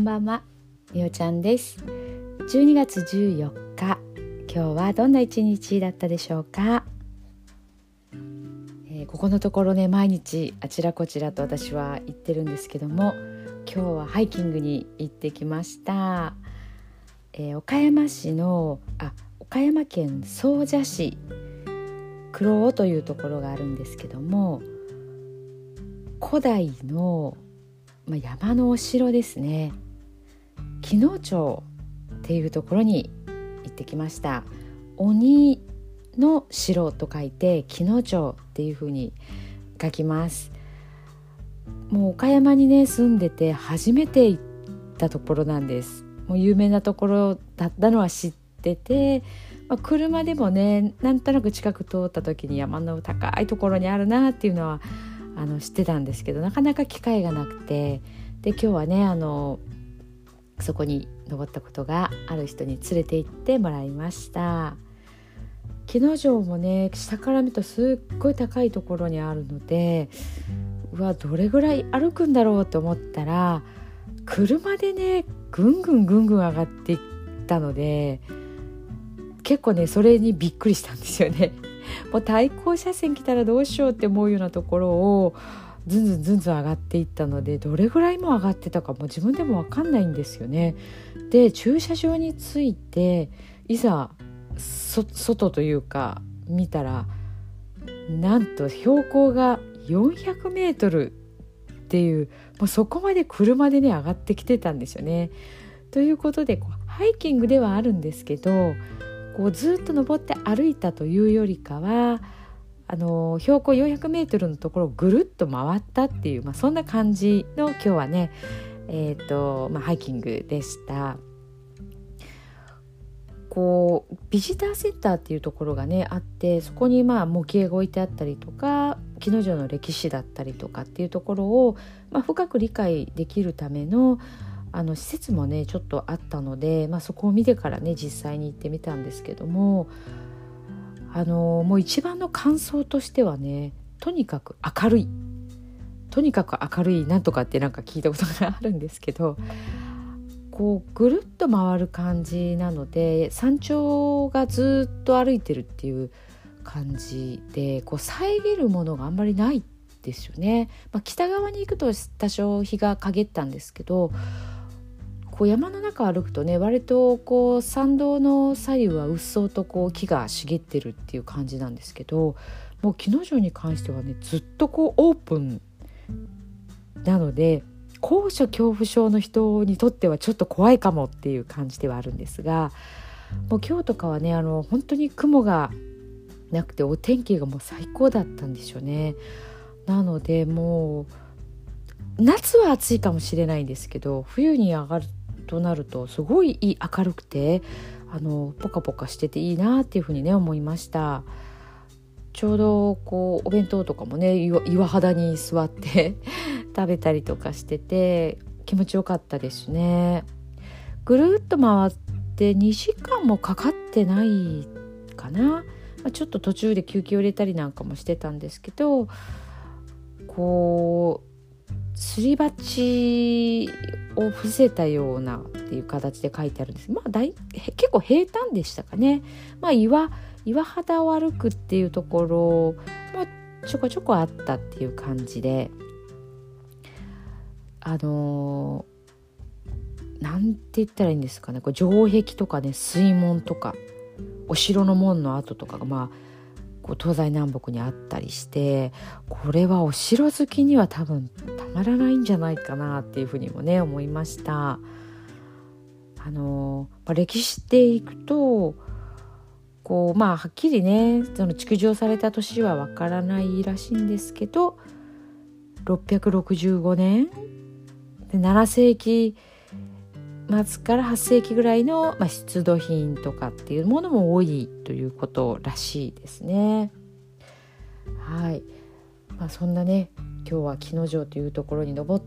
ばんは、みおちゃんです。12月14日、今日はどんな一日だったでしょうか。ここのところね、毎日あちらこちらと私は行ってるんですけども、今日はハイキングに行ってきました。岡山県総社市黒尾というところがあるんですけども、古代の、山のお城ですね、木野町っていうところに行ってきました。鬼の城と書いて木野町っていう風に書きます。もう岡山にね住んでて初めて行ったところなんです。もう有名なところだったのは知ってて、車でもねなんとなく近く通った時に山の高いところにあるなっていうのは知ってたんですけど、なかなか機会がなくて、で今日はねそこに登ったことがある人に連れて行ってもらいました。木野城もね下から見るとすっごい高いところにあるので、どれぐらい歩くんだろうと思ったら、車でねぐんぐん上がっていったので、結構ねそれにびっくりしたんですよね。もう対向車線来たらどうしようって思うようなところをずんずん上がっていったので、どれぐらいも上がってたかも自分でも分かんないんですよね。で駐車場に着いていざ外というか見たら、なんと標高が400メートルっていう、もうそこまで車でね上がってきてたんですよね。ということでハイキングではあるんですけど、ずっと登って歩いたというよりかは標高400メートルのところをぐるっと回ったっていう、そんな感じの今日はね、ハイキングでした。ビジターセンターっていうところがねあって、そこに模型が置いてあったりとか、木野城の歴史だったりとかっていうところを、深く理解できるための施設もねちょっとあったので、そこを見てからね実際に行ってみたんですけども、もう一番の感想としてはね、とにかく明るいなんとかって聞いたことがあるんですけど、ぐるっと回る感じなので、山頂がずっと歩いてるっていう感じで、遮るものがあんまりないですよね。北側に行くと多少日が陰ったんですけど、山の中歩くとね割と山道の左右はうっそうと木が茂ってるっていう感じなんですけど、もう木野城に関してはねずっとオープンなので、高所恐怖症の人にとってはちょっと怖いかもっていう感じではあるんですが、もう今日とかはね本当に雲がなくてお天気がもう最高だったんでしょうね。なのでもう夏は暑いかもしれないんですけど、冬に上がるとなるとすごい明るくてポカポカしてていいなっていうふうにね思いました。ちょうどお弁当とかもね岩肌に座って食べたりとかしてて気持ちよかったですね。ぐるっと回って2時間もかかってないかな。ちょっと途中で休憩を入れたりなんかもしてたんですけど、すり鉢を伏せたようなっていう形で書いてあるんです。結構平坦でしたかね。岩肌を歩くっていうところもちょこちょこあったっていう感じで、なんて言ったらいいんですかね、城壁とかね水門とかお城の門の跡とかが東西南北にあったりして、これはお城好きには多分たまらないんじゃないかなっていうふうにもね思いました。歴史でいくとはっきりねその築城された年はわからないらしいんですけど、665年で7世紀末から8世紀ぐらいの、出土品とかっていうものも多いということらしいですね。はい、そんなね今日は木野城というところに登って、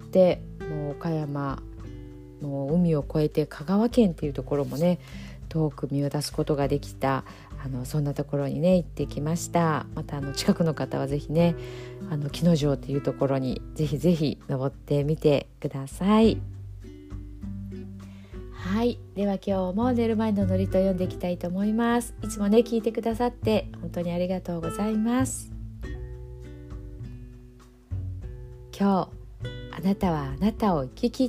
もう岡山の海を越えて香川県っていうところもね遠く見渡すことができたそんなところにね行ってきました。また近くの方はぜひね木野城っていうところにぜひ登ってみてください。 はい、では今日も寝る前の祝詞読んでいきたいと思います。いつもね聞いてくださって本当にありがとうございます。今日あなたはあなたを生き切った。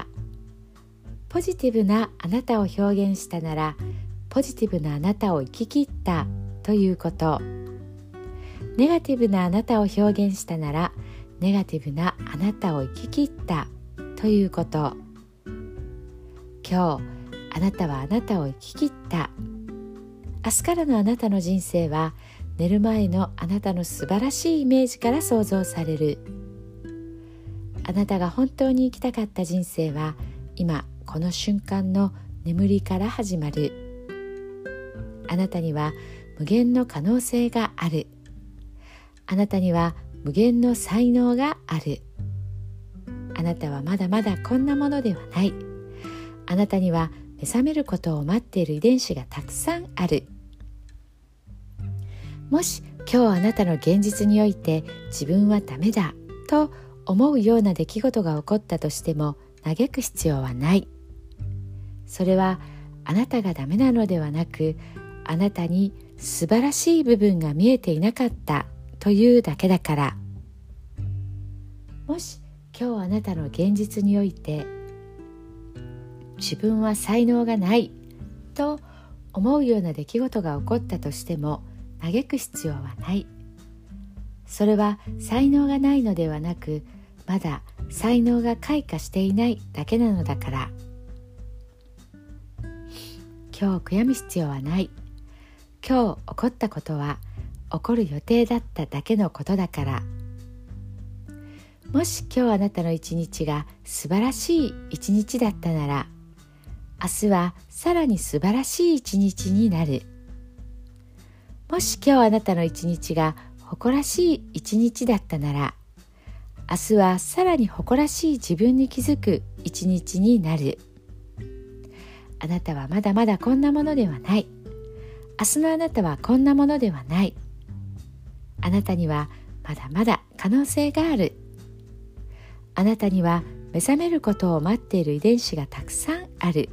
ポジティブなあなたを表現したならポジティブなあなたを生き切ったということ。ネガティブなあなたを表現したならネガティブなあなたを生き切ったということ。今日あなたはあなたを生き切った。明日からのあなたの人生は寝る前のあなたの素晴らしいイメージから想像される。あなたが本当に生きたかった人生は今この瞬間の眠りから始まる。あなたには無限の可能性がある。あなたには無限の才能がある。あなたはまだまだこんなものではない。あなたには目覚めることを待っている遺伝子がたくさんある。もし今日あなたの現実において自分はダメだと思うような出来事が起こったとしても嘆く必要はない。それはあなたがダメなのではなく、あなたに素晴らしい部分が見えていなかったというだけだから。もし今日あなたの現実において自分は才能がないと思うような出来事が起こったとしても嘆く必要はない。それは才能がないのではなく、まだ才能が開花していないだけなのだから。今日悔やむ必要はない。今日起こったことは起こる予定だっただけのことだから。もし今日あなたの一日が素晴らしい一日だったなら、明日はさらに素晴らしい一日になる。もし今日あなたの一日が誇らしい一日だったなら、明日はさらに誇らしい自分に気づく一日になる。あなたはまだまだこんなものではない。明日のあなたはこんなものではない。あなたにはまだまだ可能性がある。あなたには目覚めることを待っている遺伝子がたくさんある。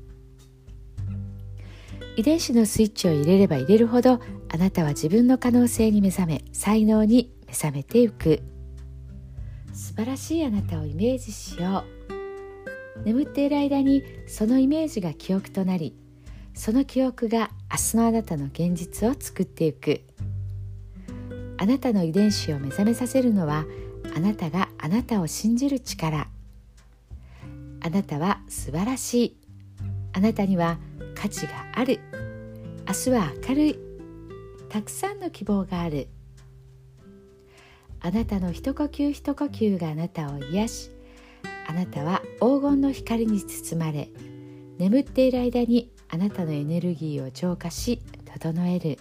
遺伝子のスイッチを入れれば入れるほど、あなたは自分の可能性に目覚め、才能に目覚めていく。素晴らしいあなたをイメージしよう。眠っている間にそのイメージが記憶となり、その記憶が明日のあなたの現実を作っていく。あなたの遺伝子を目覚めさせるのは、あなたがあなたを信じる力。あなたは素晴らしい。あなたには価値がある。明日は明るい。たくさんの希望がある。あなたの一呼吸一呼吸があなたを癒し、あなたは黄金の光に包まれ、眠っている間にあなたのエネルギーを浄化し整える。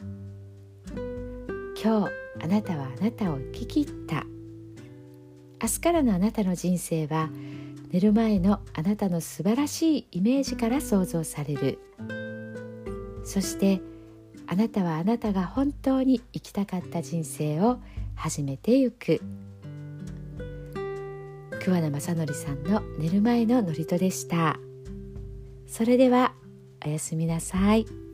今日あなたはあなたを生き切った。明日からのあなたの人生は寝る前のあなたの素晴らしいイメージから想像される。そしてあなたはあなたが本当に生きたかった人生を始めてゆく。桑名正則さんの寝る前の祝詞でした。それではおやすみなさい。